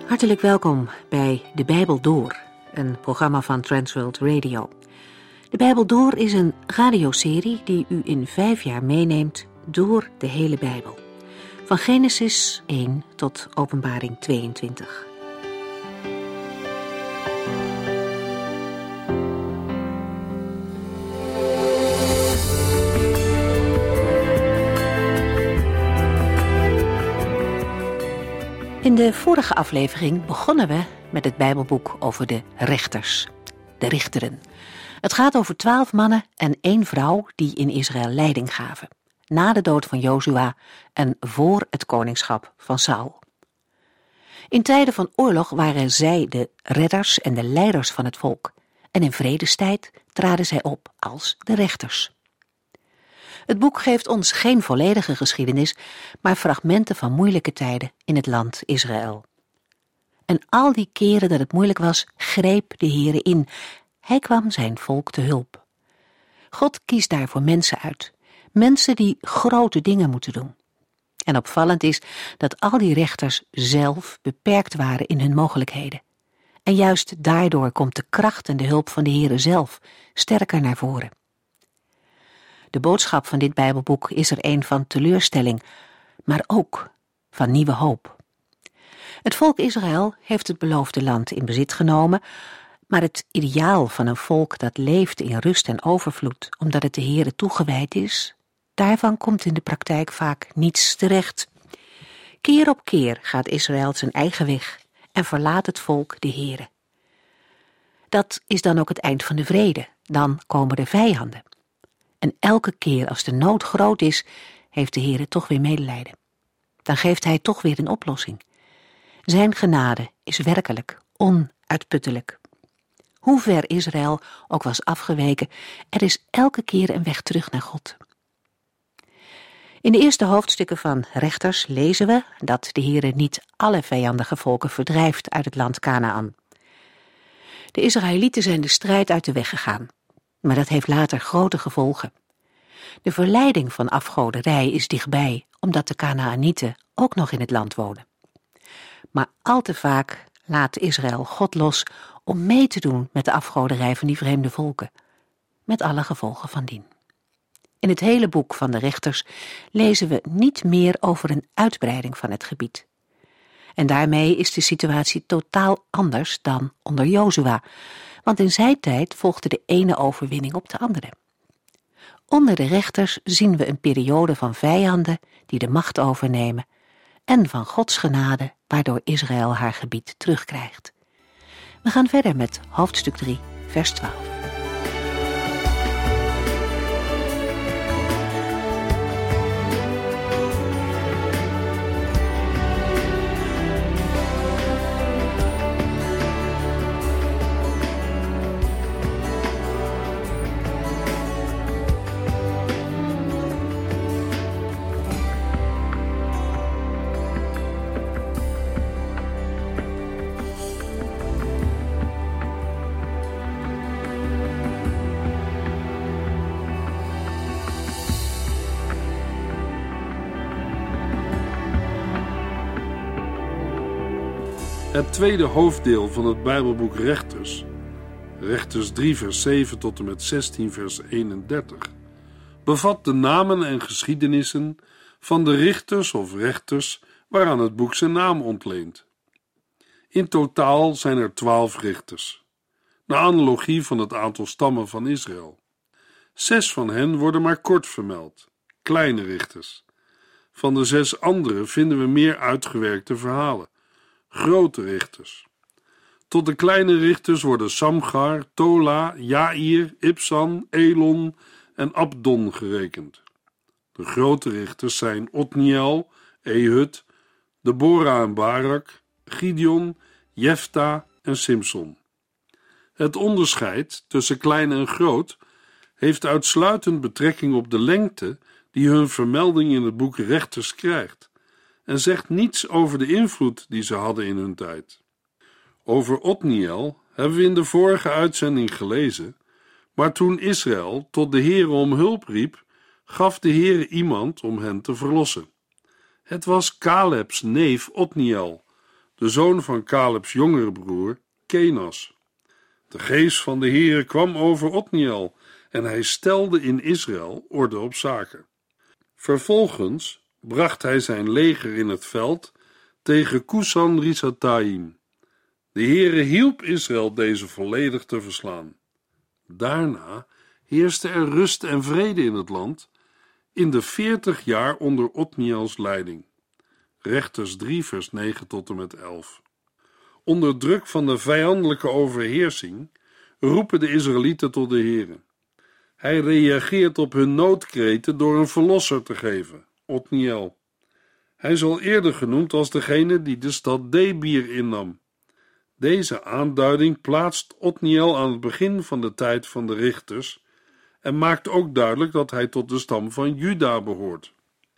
Hartelijk welkom bij De Bijbel Door, een programma van Transworld Radio. De Bijbel Door is een radioserie die u in 5 jaar meeneemt door de hele Bijbel. Van Genesis 1 tot Openbaring 22. In de vorige aflevering begonnen we met het Bijbelboek over de rechters, de richteren. Het gaat over 12 mannen en 1 vrouw die in Israël leiding gaven, na de dood van Jozua en voor het koningschap van Saul. In tijden van oorlog waren zij de redders en de leiders van het volk, en in vredestijd traden zij op als de rechters. Het boek geeft ons geen volledige geschiedenis, maar fragmenten van moeilijke tijden in het land Israël. En al die keren dat het moeilijk was, greep de Heere in. Hij kwam zijn volk te hulp. God kiest daarvoor mensen uit, mensen die grote dingen moeten doen. En opvallend is dat al die rechters zelf beperkt waren in hun mogelijkheden. En juist daardoor komt de kracht en de hulp van de Heere zelf sterker naar voren. De boodschap van dit Bijbelboek is er een van teleurstelling, maar ook van nieuwe hoop. Het volk Israël heeft het beloofde land in bezit genomen, maar het ideaal van een volk dat leeft in rust en overvloed, omdat het de Heere toegewijd is, daarvan komt in de praktijk vaak niets terecht. Keer op keer gaat Israël zijn eigen weg en verlaat het volk de Heere. Dat is dan ook het eind van de vrede, dan komen de vijanden. En elke keer als de nood groot is, heeft de Heere toch weer medelijden. Dan geeft hij toch weer een oplossing. Zijn genade is werkelijk onuitputtelijk. Hoe ver Israël ook was afgeweken, er is elke keer een weg terug naar God. In de eerste hoofdstukken van Rechters lezen we dat de Heere niet alle vijandige volken verdrijft uit het land Kanaän. De Israëlieten zijn de strijd uit de weg gegaan. Maar dat heeft later grote gevolgen. De verleiding van afgoderij is dichtbij, omdat de Kanaanieten ook nog in het land wonen. Maar al te vaak laat Israël God los om mee te doen met de afgoderij van die vreemde volken, met alle gevolgen van dien. In het hele boek van de rechters lezen we niet meer over een uitbreiding van het gebied. En daarmee is de situatie totaal anders dan onder Jozua, want in zijn tijd volgde de ene overwinning op de andere. Onder de rechters zien we een periode van vijanden die de macht overnemen en van Gods genade waardoor Israël haar gebied terugkrijgt. We gaan verder met hoofdstuk 3, vers 12. Het tweede hoofddeel van het Bijbelboek Rechters, Rechters 3 vers 7 tot en met 16 vers 31, bevat de namen en geschiedenissen van de richters of rechters waaraan het boek zijn naam ontleent. In totaal zijn er 12 richters, naar analogie van het aantal stammen van Israël. 6 van hen worden maar kort vermeld, kleine richters. Van de 6 anderen vinden we meer uitgewerkte verhalen, grote richters. Tot de kleine richters worden Samgar, Tola, Jair, Ibsan, Elon en Abdon gerekend. De grote richters zijn Otniel, Ehud, Deborah en Barak, Gideon, Jefta en Simson. Het onderscheid tussen klein en groot heeft uitsluitend betrekking op de lengte die hun vermelding in het boek Rechters krijgt en zegt niets over de invloed die ze hadden in hun tijd. Over Otniel hebben we in de vorige uitzending gelezen, maar toen Israël tot de Heere om hulp riep, gaf de Heere iemand om hen te verlossen. Het was Kalebs neef Otniel, de zoon van Kalebs jongere broer, Kenas. De geest van de Heere kwam over Otniel en hij stelde in Israël orde op zaken. Vervolgens bracht hij zijn leger in het veld tegen Kusan-Risataim. De Heere hielp Israël deze volledig te verslaan. Daarna heerste er rust en vrede in het land in de 40 jaar onder Otniels leiding. Rechters 3 vers 9 tot en met 11. Onder druk van de vijandelijke overheersing roepen de Israëlieten tot de Heere. Hij reageert op hun noodkreten door een verlosser te geven, Otniel. Hij is al eerder genoemd als degene die de stad Debir innam. Deze aanduiding plaatst Otniel aan het begin van de tijd van de richters en maakt ook duidelijk dat hij tot de stam van Juda behoort.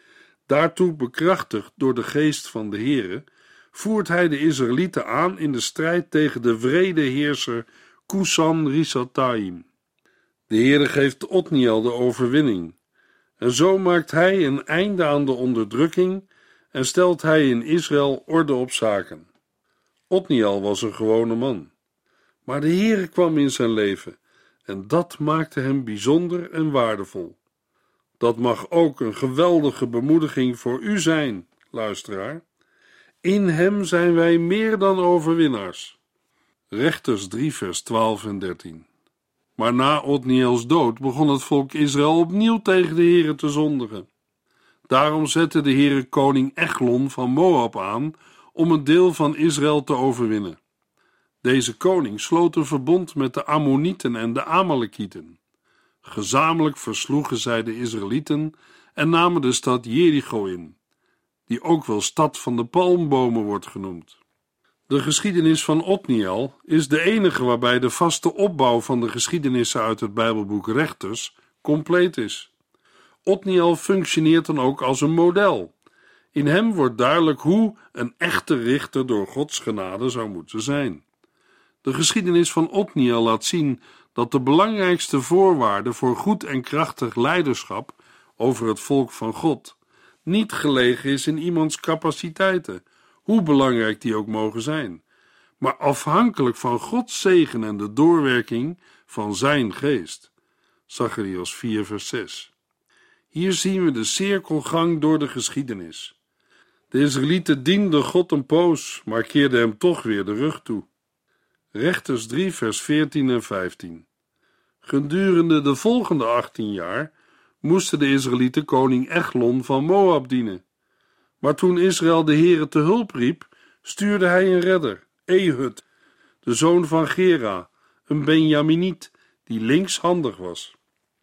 Daartoe bekrachtigd door de geest van de Heere, voert hij de Israëlieten aan in de strijd tegen de wrede heerser Kusan-Risataim. De Heere geeft Otniel de overwinning. En zo maakt hij een einde aan de onderdrukking en stelt hij in Israël orde op zaken. Otniel was een gewone man. Maar de Heere kwam in zijn leven en dat maakte hem bijzonder en waardevol. Dat mag ook een geweldige bemoediging voor u zijn, luisteraar. In hem zijn wij meer dan overwinnaars. Rechters 3 vers 12 en 13. Maar na Otniels dood begon het volk Israël opnieuw tegen de Heere te zondigen. Daarom zette de Heere koning Eglon van Moab aan om een deel van Israël te overwinnen. Deze koning sloot een verbond met de Ammonieten en de Amalekieten. Gezamenlijk versloegen zij de Israëlieten en namen de stad Jericho in, die ook wel stad van de palmbomen wordt genoemd. De geschiedenis van Otniel is de enige waarbij de vaste opbouw van de geschiedenissen uit het Bijbelboek Rechters compleet is. Otniel functioneert dan ook als een model. In hem wordt duidelijk hoe een echte richter door Gods genade zou moeten zijn. De geschiedenis van Otniel laat zien dat de belangrijkste voorwaarde voor goed en krachtig leiderschap over het volk van God niet gelegen is in iemands capaciteiten, hoe belangrijk die ook mogen zijn, maar afhankelijk van Gods zegen en de doorwerking van zijn geest. Zacharias 4 vers 6. Hier zien we de cirkelgang door de geschiedenis. De Israëlieten dienden God een poos, maar keerden hem toch weer de rug toe. Rechters 3 vers 14 en 15. Gedurende de volgende 18 jaar moesten de Israëlieten koning Eglon van Moab dienen. Maar toen Israël de Heere te hulp riep, stuurde hij een redder, Ehud, de zoon van Gera, een Benjaminiet, die linkshandig was.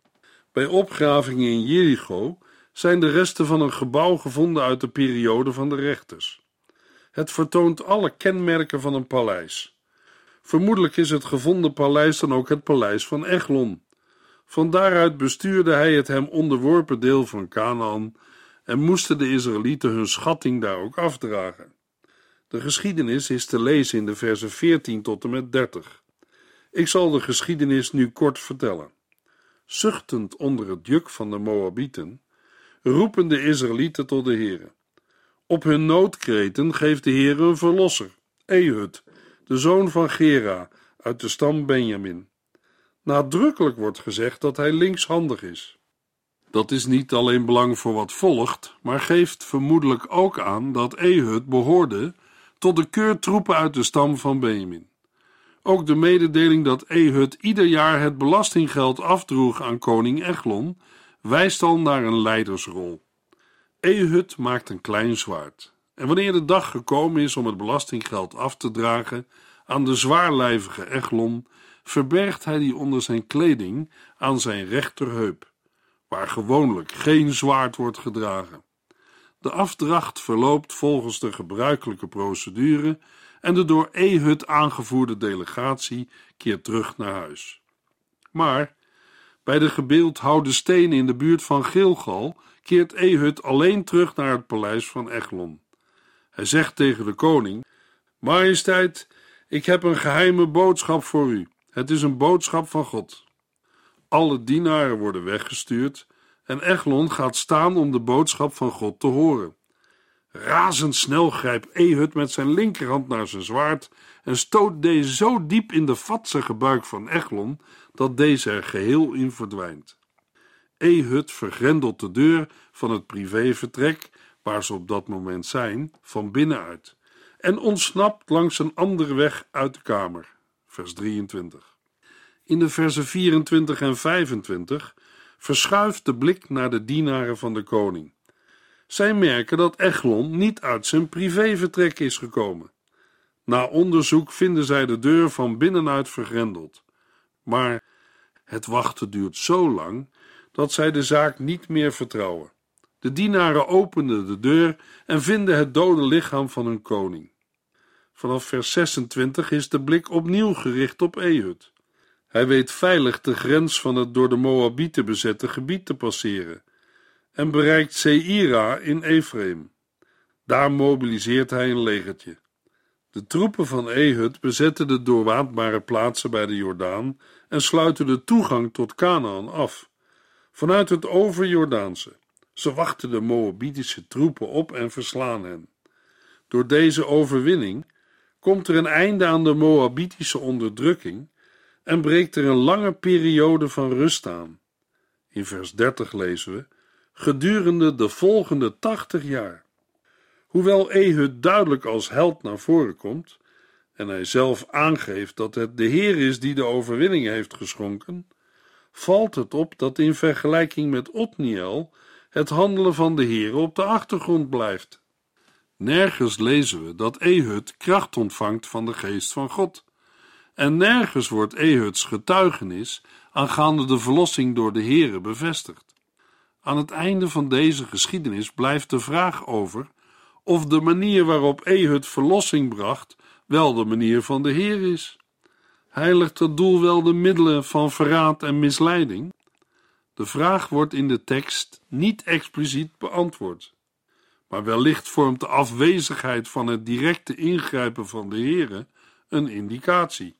Bij opgravingen in Jericho zijn de resten van een gebouw gevonden uit de periode van de rechters. Het vertoont alle kenmerken van een paleis. Vermoedelijk is het gevonden paleis dan ook het paleis van Eglon. Van daaruit bestuurde hij het hem onderworpen deel van Kanaan en moesten de Israëlieten hun schatting daar ook afdragen. De geschiedenis is te lezen in de versen 14 tot en met 30. Ik zal de geschiedenis nu kort vertellen. Zuchtend onder het juk van de Moabieten, roepen de Israëlieten tot de Heere. Op hun noodkreten geeft de Heere een verlosser, Ehud, de zoon van Gera, uit de stam Benjamin. Nadrukkelijk wordt gezegd dat hij linkshandig is. Dat is niet alleen belang voor wat volgt, maar geeft vermoedelijk ook aan dat Ehud behoorde tot de keurtroepen uit de stam van Benjamin. Ook de mededeling dat Ehud ieder jaar het belastinggeld afdroeg aan koning Eglon wijst al naar een leidersrol. Ehud maakt een klein zwaard. En wanneer de dag gekomen is om het belastinggeld af te dragen aan de zwaarlijvige Eglon, verbergt hij die onder zijn kleding aan zijn rechterheup, waar gewoonlijk geen zwaard wordt gedragen. De afdracht verloopt volgens de gebruikelijke procedure en de door Ehud aangevoerde delegatie keert terug naar huis. Maar bij de gebeeldhouwde stenen in de buurt van Gilgal keert Ehud alleen terug naar het paleis van Eglon. Hij zegt tegen de koning: Majesteit, ik heb een geheime boodschap voor u. Het is een boodschap van God. Alle dienaren worden weggestuurd en Eglon gaat staan om de boodschap van God te horen. Razendsnel grijpt Ehud met zijn linkerhand naar zijn zwaard en stoot deze zo diep in de vatsige buik van Eglon dat deze er geheel in verdwijnt. Ehud vergrendelt de deur van het privévertrek, waar ze op dat moment zijn, van binnenuit en ontsnapt langs een andere weg uit de kamer. Vers 23. In de versen 24 en 25 verschuift de blik naar de dienaren van de koning. Zij merken dat Eglon niet uit zijn privévertrek is gekomen. Na onderzoek vinden zij de deur van binnenuit vergrendeld. Maar het wachten duurt zo lang dat zij de zaak niet meer vertrouwen. De dienaren openen de deur en vinden het dode lichaam van hun koning. Vanaf vers 26 is de blik opnieuw gericht op Ehud. Hij weet veilig de grens van het door de Moabieten bezette gebied te passeren en bereikt Seira in Efraïm. Daar mobiliseert hij een legertje. De troepen van Ehud bezetten de doorwaadbare plaatsen bij de Jordaan en sluiten de toegang tot Kanaan af, vanuit het overjordaanse. Ze wachten de Moabitische troepen op en verslaan hen. Door deze overwinning komt er een einde aan de Moabitische onderdrukking en breekt er een lange periode van rust aan. In vers 30 lezen we: gedurende de volgende 80 jaar. Hoewel Ehud duidelijk als held naar voren komt en hij zelf aangeeft dat het de Heer is die de overwinning heeft geschonken, valt het op dat in vergelijking met Otniel het handelen van de Heer op de achtergrond blijft. Nergens lezen we dat Ehud kracht ontvangt van de geest van God. En nergens wordt Ehuds getuigenis aangaande de verlossing door de Heere bevestigd. Aan het einde van deze geschiedenis blijft de vraag over of de manier waarop Ehud verlossing bracht wel de manier van de Heer is. Heiligt het doel wel de middelen van verraad en misleiding? De vraag wordt in de tekst niet expliciet beantwoord. Maar wellicht vormt de afwezigheid van het directe ingrijpen van de Heere een indicatie.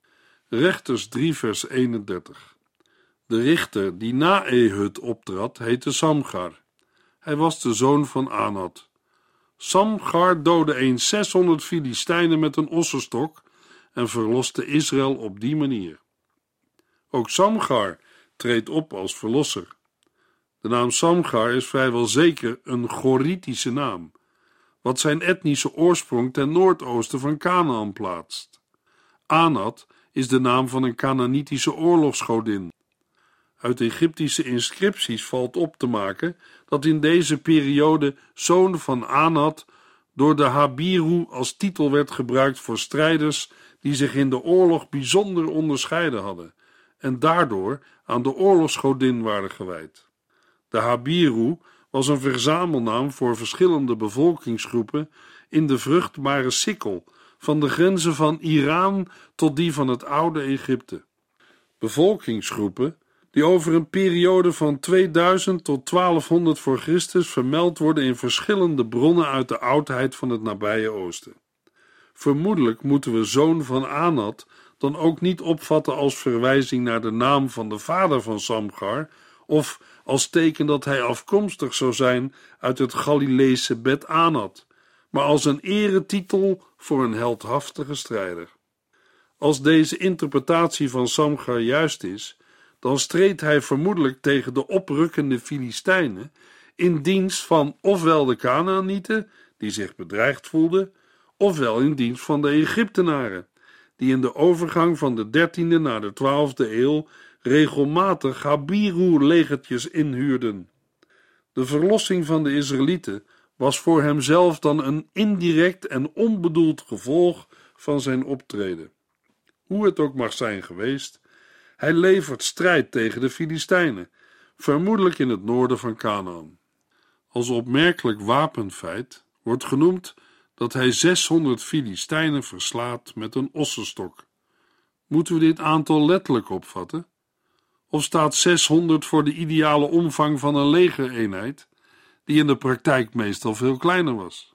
Rechters 3 vers 31. De richter die na Ehud optrad heette Samgar. Hij was de zoon van Anat. Samgar doodde eens 600 Filistijnen met een ossenstok en verloste Israël op die manier. Ook Samgar treedt op als verlosser. De naam Samgar is vrijwel zeker een Goritische naam, wat zijn etnische oorsprong ten noordoosten van Kanaan plaatst. Anat is de naam van een Kanaanitische oorlogsgodin. Uit Egyptische inscripties valt op te maken dat in deze periode zoon van Anat door de Habiru als titel werd gebruikt voor strijders die zich in de oorlog bijzonder onderscheiden hadden en daardoor aan de oorlogsgodin waren gewijd. De Habiru was een verzamelnaam voor verschillende bevolkingsgroepen in de vruchtbare sikkel van de grenzen van Iran tot die van het oude Egypte. Bevolkingsgroepen die over een periode van 2000 tot 1200 voor Christus vermeld worden in verschillende bronnen uit de oudheid van het nabije Oosten. Vermoedelijk moeten we zoon van Anat dan ook niet opvatten als verwijzing naar de naam van de vader van Samgar of als teken dat hij afkomstig zou zijn uit het Galileese Bet Anat, maar als een eretitel voor een heldhaftige strijder. Als deze interpretatie van Samgar juist is, dan streed hij vermoedelijk tegen de oprukkende Filistijnen in dienst van ofwel de Kanaanieten, die zich bedreigd voelden, ofwel in dienst van de Egyptenaren, die in de overgang van de 13e naar de 12e eeuw regelmatig Habiru-legertjes inhuurden. De verlossing van de Israëlieten was voor hemzelf dan een indirect en onbedoeld gevolg van zijn optreden. Hoe het ook mag zijn geweest, hij levert strijd tegen de Filistijnen, vermoedelijk in het noorden van Kanaan. Als opmerkelijk wapenfeit wordt genoemd dat hij 600 Filistijnen verslaat met een ossenstok. Moeten we dit aantal letterlijk opvatten? Of staat 600 voor de ideale omvang van een legereenheid, die in de praktijk meestal veel kleiner was?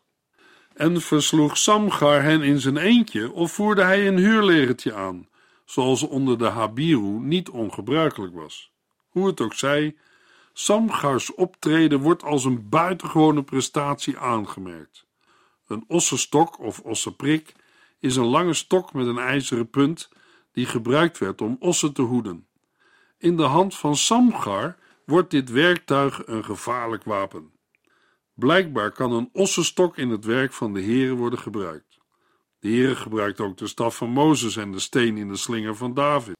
En versloeg Samgar hen in zijn eentje of voerde hij een huurlegertje aan, zoals onder de Habiru niet ongebruikelijk was? Hoe het ook zij, Samgars optreden wordt als een buitengewone prestatie aangemerkt. Een ossenstok of ossenprik is een lange stok met een ijzeren punt die gebruikt werd om ossen te hoeden. In de hand van Samgar wordt dit werktuig een gevaarlijk wapen. Blijkbaar kan een ossenstok in het werk van de Heere worden gebruikt. De Heere gebruikt ook de staf van Mozes en de steen in de slinger van David.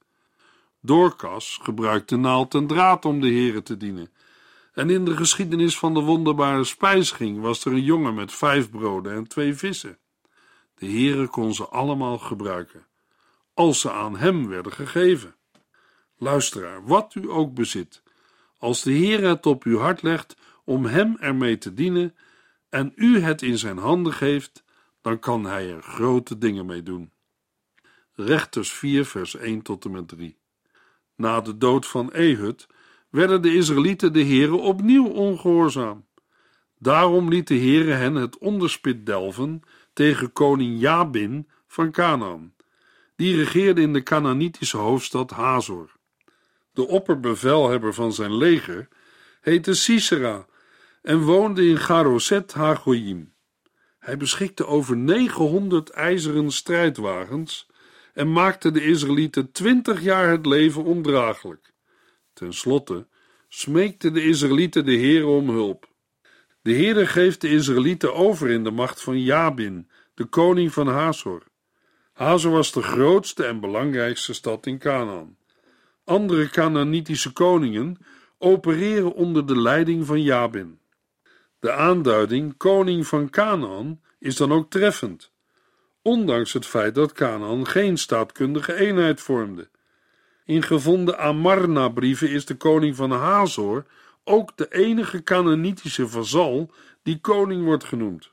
Dorcas gebruikt de naald en draad om de Heere te dienen. En in de geschiedenis van de wonderbare spijziging was er een jongen met 5 broden en 2 vissen. De Heere kon ze allemaal gebruiken, als ze aan hem werden gegeven. Luisteraar, wat u ook bezit, als de Heere het op uw hart legt om hem ermee te dienen en u het in zijn handen geeft, dan kan hij er grote dingen mee doen. Rechters 4 vers 1 tot en met 3. Na de dood van Ehud werden de Israëlieten de Heere opnieuw ongehoorzaam. Daarom liet de Heere hen het onderspit delven tegen koning Jabin van Kanaan. Die regeerde in de Kanaanitische hoofdstad Hazor. De opperbevelhebber van zijn leger heette Sisera en woonde in Garoset Hagoyim. Hij beschikte over 900 ijzeren strijdwagens en maakte de Israëlieten 20 jaar het leven ondraaglijk. Ten slotte smeekte de Israëlieten de Heere om hulp. De Heere geeft de Israëlieten over in de macht van Jabin, de koning van Hazor. Hazor was de grootste en belangrijkste stad in Kanaan. Andere Kanaanitische koningen opereren onder de leiding van Jabin. De aanduiding koning van Kanaan is dan ook treffend, ondanks het feit dat Kanaan geen staatkundige eenheid vormde. In gevonden Amarna-brieven is de koning van Hazor ook de enige Kanaanitische vazal die koning wordt genoemd.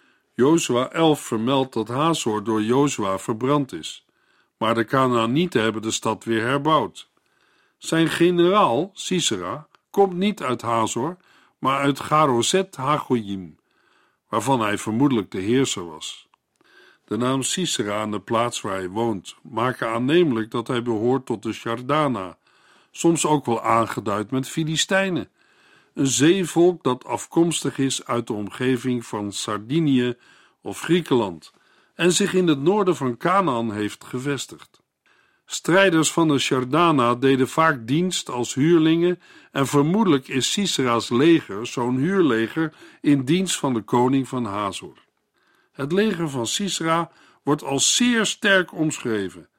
Jozua 11 vermeldt dat Hazor door Jozua verbrand is, maar de Kanaanieten hebben de stad weer herbouwd. Zijn generaal, Sisera, komt niet uit Hazor, maar uit Garoset Hagoyim, waarvan hij vermoedelijk de heerser was. De naam Sisera en de plaats waar hij woont maken aannemelijk dat hij behoort tot de Chardana, soms ook wel aangeduid met Filistijnen, een zeevolk dat afkomstig is uit de omgeving van Sardinië of Griekenland en zich in het noorden van Kanaan heeft gevestigd. Strijders van de Chardana deden vaak dienst als huurlingen en vermoedelijk is Sisera's leger zo'n huurleger in dienst van de koning van Hazor. Het leger van Sisera wordt als zeer sterk omschreven,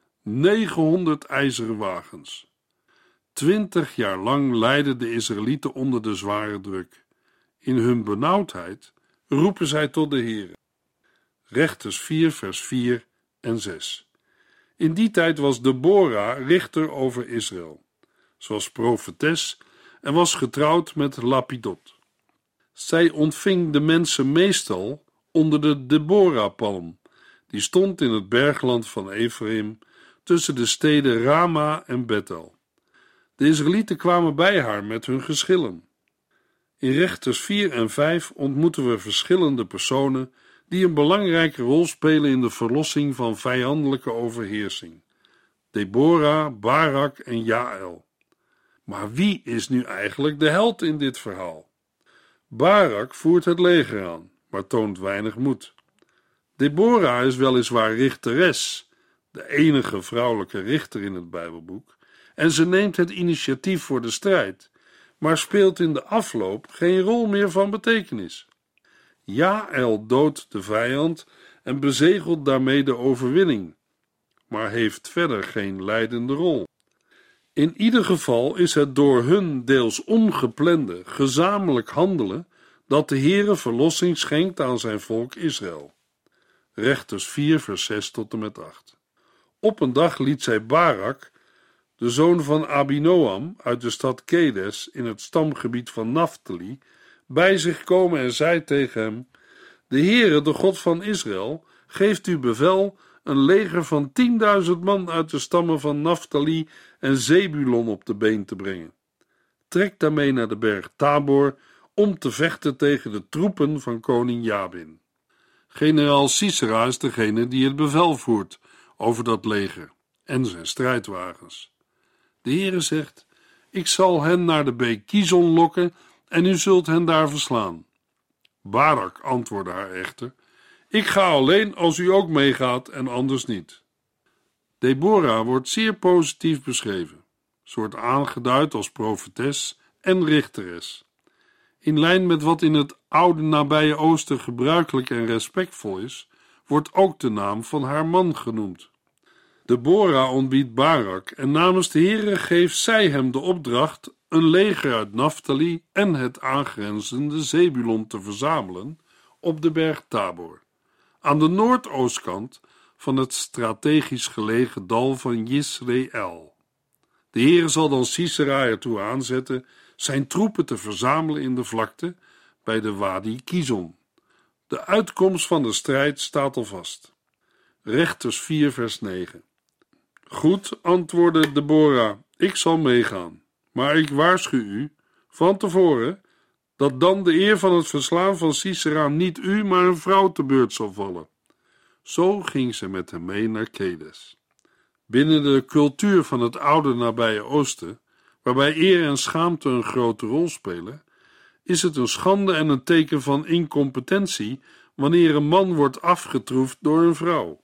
900 ijzeren wagens. 20 jaar lang lijden de Israëlieten onder de zware druk. In hun benauwdheid roepen zij tot de Heere. Rechters 4 vers 4 en 6. In die tijd was Debora richter over Israël. Ze was profetes en was getrouwd met Lapidot. Zij ontving de mensen meestal onder de Debora-palm, die stond in het bergland van Ephraim tussen de steden Rama en Bethel. De Israëlieten kwamen bij haar met hun geschillen. In Rechters 4 en 5 ontmoeten we verschillende personen die een belangrijke rol spelen in de verlossing van vijandelijke overheersing. Debora, Barak en Jaël. Maar wie is nu eigenlijk de held in dit verhaal? Barak voert het leger aan, maar toont weinig moed. Debora is weliswaar richteres, de enige vrouwelijke richter in het Bijbelboek, en ze neemt het initiatief voor de strijd, maar speelt in de afloop geen rol meer van betekenis. Jaël doodt de vijand en bezegelt daarmee de overwinning, maar heeft verder geen leidende rol. In ieder geval is het door hun deels ongeplande, gezamenlijk handelen dat de Heere verlossing schenkt aan zijn volk Israël. Rechters 4 vers 6 tot en met 8. Op een dag liet zij Barak, de zoon van Abinoam uit de stad Kedes in het stamgebied van Naftali, bij zich komen en zei tegen hem: De Heere, de God van Israël, geeft u bevel een leger van 10.000 man uit de stammen van Naftali en Zebulon op de been te brengen. Trek daarmee naar de berg Tabor om te vechten tegen de troepen van koning Jabin. Generaal Sisera is degene die het bevel voert over dat leger en zijn strijdwagens. De Heere zegt: Ik zal hen naar de beek Kizon lokken en u zult hen daar verslaan. Barak antwoordde haar echter: ik ga alleen als u ook meegaat en anders niet. Deborah wordt zeer positief beschreven. Ze wordt aangeduid als profetes en richteres. In lijn met wat in het oude nabije Oosten gebruikelijk en respectvol is, wordt ook de naam van haar man genoemd. Deborah ontbiedt Barak en namens de Heere geeft zij hem de opdracht een leger uit Naftali en het aangrenzende Zebulon te verzamelen op de berg Tabor, aan de noordoostkant van het strategisch gelegen dal van Jisreel. De Heere zal dan Sisera ertoe aanzetten zijn troepen te verzamelen in de vlakte bij de Wadi Kizon. De uitkomst van de strijd staat al vast. Rechters 4 vers 9. Goed, antwoordde Deborah, ik zal meegaan, maar ik waarschuw u van tevoren dat dan de eer van het verslaan van Sisera niet u, maar een vrouw te beurt zal vallen. Zo ging ze met hem mee naar Kedes. Binnen de cultuur van het oude nabije Oosten, waarbij eer en schaamte een grote rol spelen, is het een schande en een teken van incompetentie wanneer een man wordt afgetroefd door een vrouw.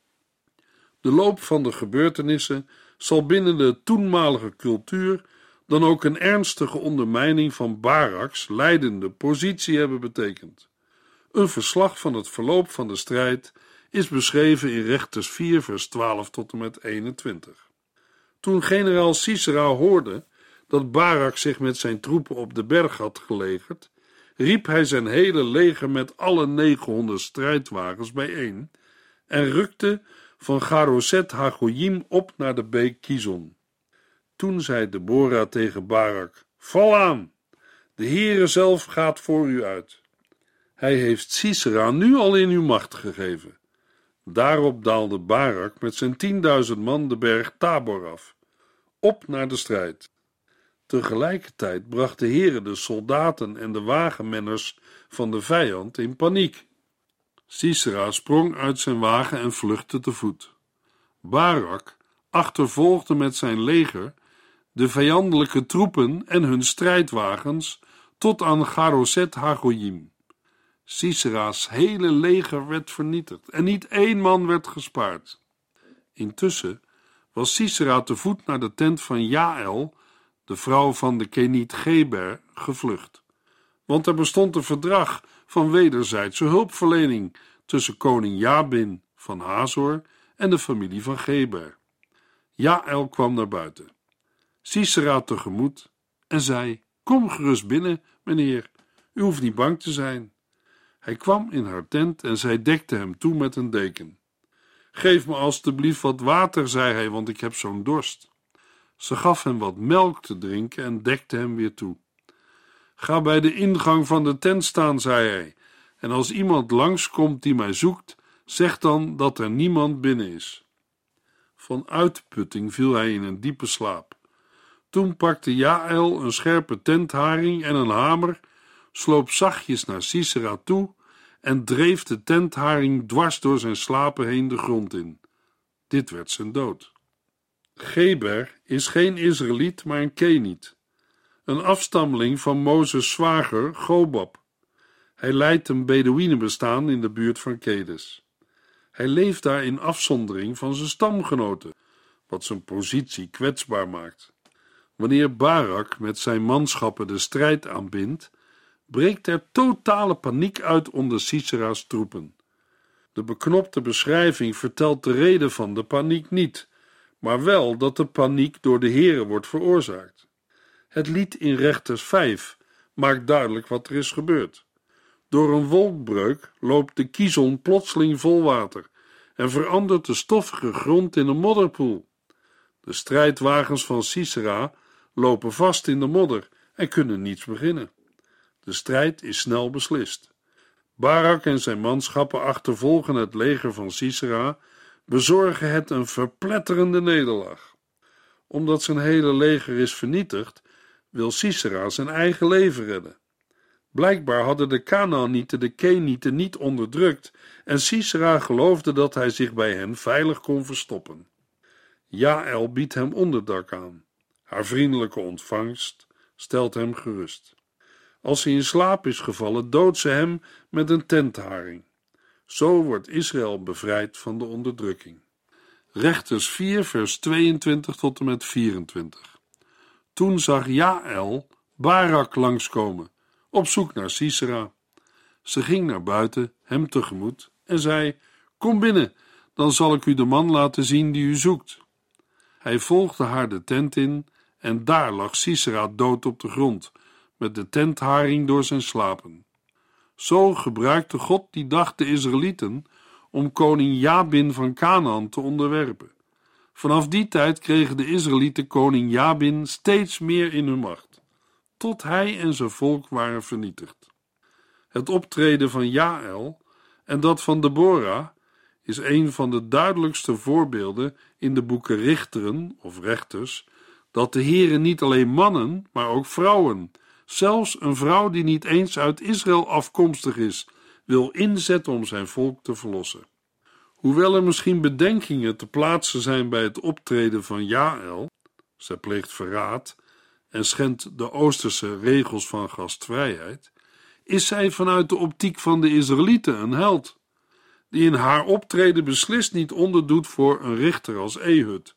De loop van de gebeurtenissen zal binnen de toenmalige cultuur dan ook een ernstige ondermijning van Baraks leidende positie hebben betekend. Een verslag van het verloop van de strijd is beschreven in Rechters 4 vers 12 tot en met 21. Toen generaal Sisera hoorde dat Barak zich met zijn troepen op de berg had gelegerd, riep hij zijn hele leger met alle 900 strijdwagens bijeen en rukte van Garoset Hagoyim op naar de beek Kizon. Toen zei Deborah tegen Barak: val aan, de Heere zelf gaat voor u uit. Hij heeft Sisera nu al in uw macht gegeven. Daarop daalde Barak met zijn 10.000 man de berg Tabor af, op naar de strijd. Tegelijkertijd bracht de Heere de soldaten en de wagenmenners van de vijand in paniek. Sisera sprong uit zijn wagen en vluchtte te voet. Barak achtervolgde met zijn leger de vijandelijke troepen en hun strijdwagens tot aan Garoset Hagoyim. Sisera's hele leger werd vernietigd en niet één man werd gespaard. Intussen was Sisera te voet naar de tent van Jaël, de vrouw van de Keniet Geber, gevlucht. Want er bestond een verdrag van wederzijdse hulpverlening tussen koning Jabin van Hazor en de familie van Geber. Jaël kwam naar buiten, Sisera tegemoet en zei: kom gerust binnen, meneer, u hoeft niet bang te zijn. Hij kwam in haar tent en zij dekte hem toe met een deken. Geef me alstublieft wat water, zei hij, want ik heb zo'n dorst. Ze gaf hem wat melk te drinken en dekte hem weer toe. Ga bij de ingang van de tent staan, zei hij, en als iemand langskomt die mij zoekt, zeg dan dat er niemand binnen is. Van uitputting viel hij in een diepe slaap. Toen pakte Jaël een scherpe tentharing en een hamer, sloop zachtjes naar Sisera toe en dreef de tentharing dwars door zijn slapen heen de grond in. Dit werd zijn dood. Geber is geen Israëliet, maar een Keniet, een afstammeling van Mozes' zwager Gobab. Hij leidt een Bedouïnenbestaan in de buurt van Kedes. Hij leeft daar in afzondering van zijn stamgenoten, wat zijn positie kwetsbaar maakt. Wanneer Barak met zijn manschappen de strijd aanbindt, breekt er totale paniek uit onder Sisera's troepen. De beknopte beschrijving vertelt de reden van de paniek niet, maar wel dat de paniek door de Heere wordt veroorzaakt. Het lied in Rechters 5 maakt duidelijk wat er is gebeurd. Door een wolkbreuk loopt de Kizon plotseling vol water en verandert de stoffige grond in een modderpoel. De strijdwagens van Sisera lopen vast in de modder en kunnen niets beginnen. De strijd is snel beslist. Barak en zijn manschappen achtervolgen het leger van Sisera, bezorgen het een verpletterende nederlaag. Omdat zijn hele leger is vernietigd, wil Sisera zijn eigen leven redden. Blijkbaar hadden de Kanaanieten de Kenieten niet onderdrukt en Sisera geloofde dat hij zich bij hen veilig kon verstoppen. Jaël biedt hem onderdak aan. Haar vriendelijke ontvangst stelt hem gerust. Als hij in slaap is gevallen, doodt ze hem met een tentharing. Zo wordt Israël bevrijd van de onderdrukking. Rechters 4 vers 22 tot en met 24. Toen zag Jaël Barak langskomen, op zoek naar Sisera. Ze ging naar buiten, hem tegemoet, en zei: Kom binnen, dan zal ik u de man laten zien die u zoekt. Hij volgde haar de tent in, en daar lag Sisera dood op de grond, met de tentharing door zijn slapen. Zo gebruikte God die dag de Israëlieten om koning Jabin van Kanaan te onderwerpen. Vanaf die tijd kregen de Israëlieten koning Jabin steeds meer in hun macht, tot hij en zijn volk waren vernietigd. Het optreden van Jaël en dat van Deborah is een van de duidelijkste voorbeelden in de boeken Richteren of Rechters, dat de Heere niet alleen mannen, maar ook vrouwen, zelfs een vrouw die niet eens uit Israël afkomstig is, wil inzetten om zijn volk te verlossen. Hoewel er misschien bedenkingen te plaatsen zijn bij het optreden van Jaël, zij pleegt verraad en schendt de Oosterse regels van gastvrijheid, is zij vanuit de optiek van de Israëlieten een held, die in haar optreden beslist niet onderdoet voor een richter als Ehud.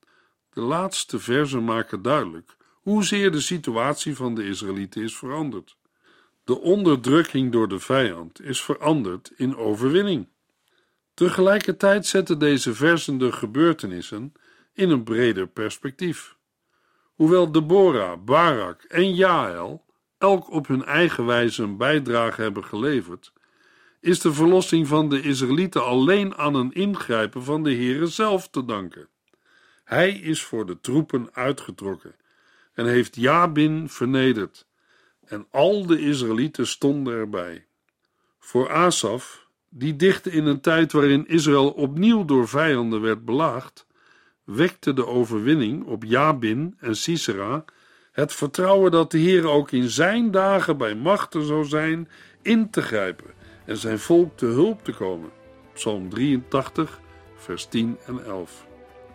De laatste verzen maken duidelijk hoezeer de situatie van de Israëlieten is veranderd. De onderdrukking door de vijand is veranderd in overwinning. Tegelijkertijd zetten deze versen de gebeurtenissen in een breder perspectief. Hoewel Deborah, Barak en Jaël elk op hun eigen wijze een bijdrage hebben geleverd, is de verlossing van de Israëlieten alleen aan een ingrijpen van de Heere zelf te danken. Hij is voor de troepen uitgetrokken en heeft Jabin vernederd, en al de Israëlieten stonden erbij. Voor Asaf, die dichtte in een tijd waarin Israël opnieuw door vijanden werd belaagd, wekte de overwinning op Jabin en Sisera het vertrouwen dat de Heer ook in zijn dagen bij machte zou zijn in te grijpen en zijn volk te hulp te komen. Psalm 83, vers 10 en 11.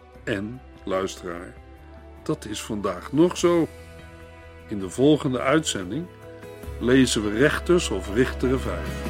En, luisteraar, dat is vandaag nog zo. In de volgende uitzending lezen we Rechters of Richteren 5.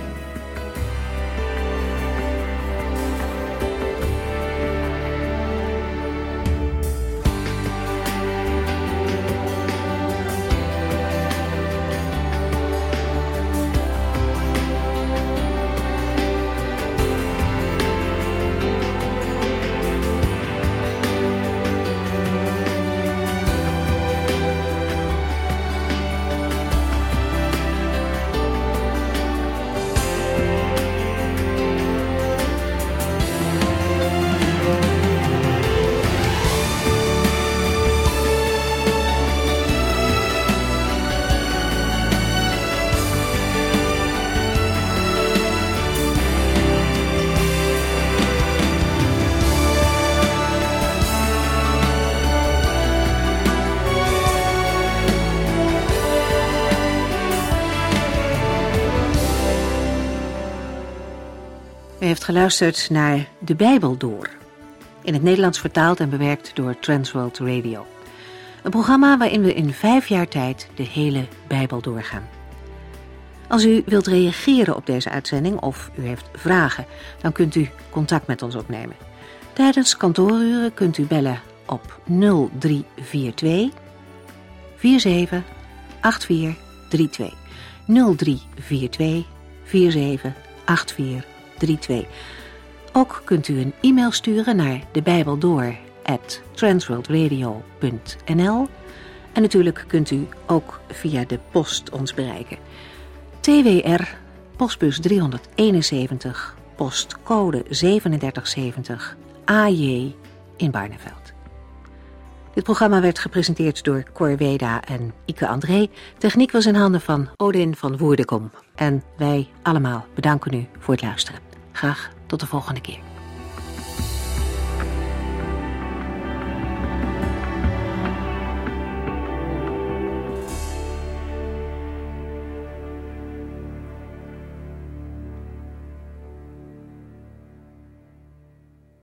U heeft geluisterd naar De Bijbel Door, in het Nederlands vertaald en bewerkt door Transworld Radio. Een programma waarin we in 5 jaar tijd de hele Bijbel doorgaan. Als u wilt reageren op deze uitzending of u heeft vragen, dan kunt u contact met ons opnemen. Tijdens kantooruren kunt u bellen op 0342 47 8432. 0342 47 8432. Ook kunt u een e-mail sturen naar debijbeldoor@transworldradio.nl en natuurlijk kunt u ook via de post ons bereiken. TWR, postbus 371, postcode 3770, AJ in Barneveld. Dit programma werd gepresenteerd door Cor Weda en Ike André. Techniek was in handen van Odin van Woerdekom. En wij allemaal bedanken u voor het luisteren. Graag tot de volgende keer.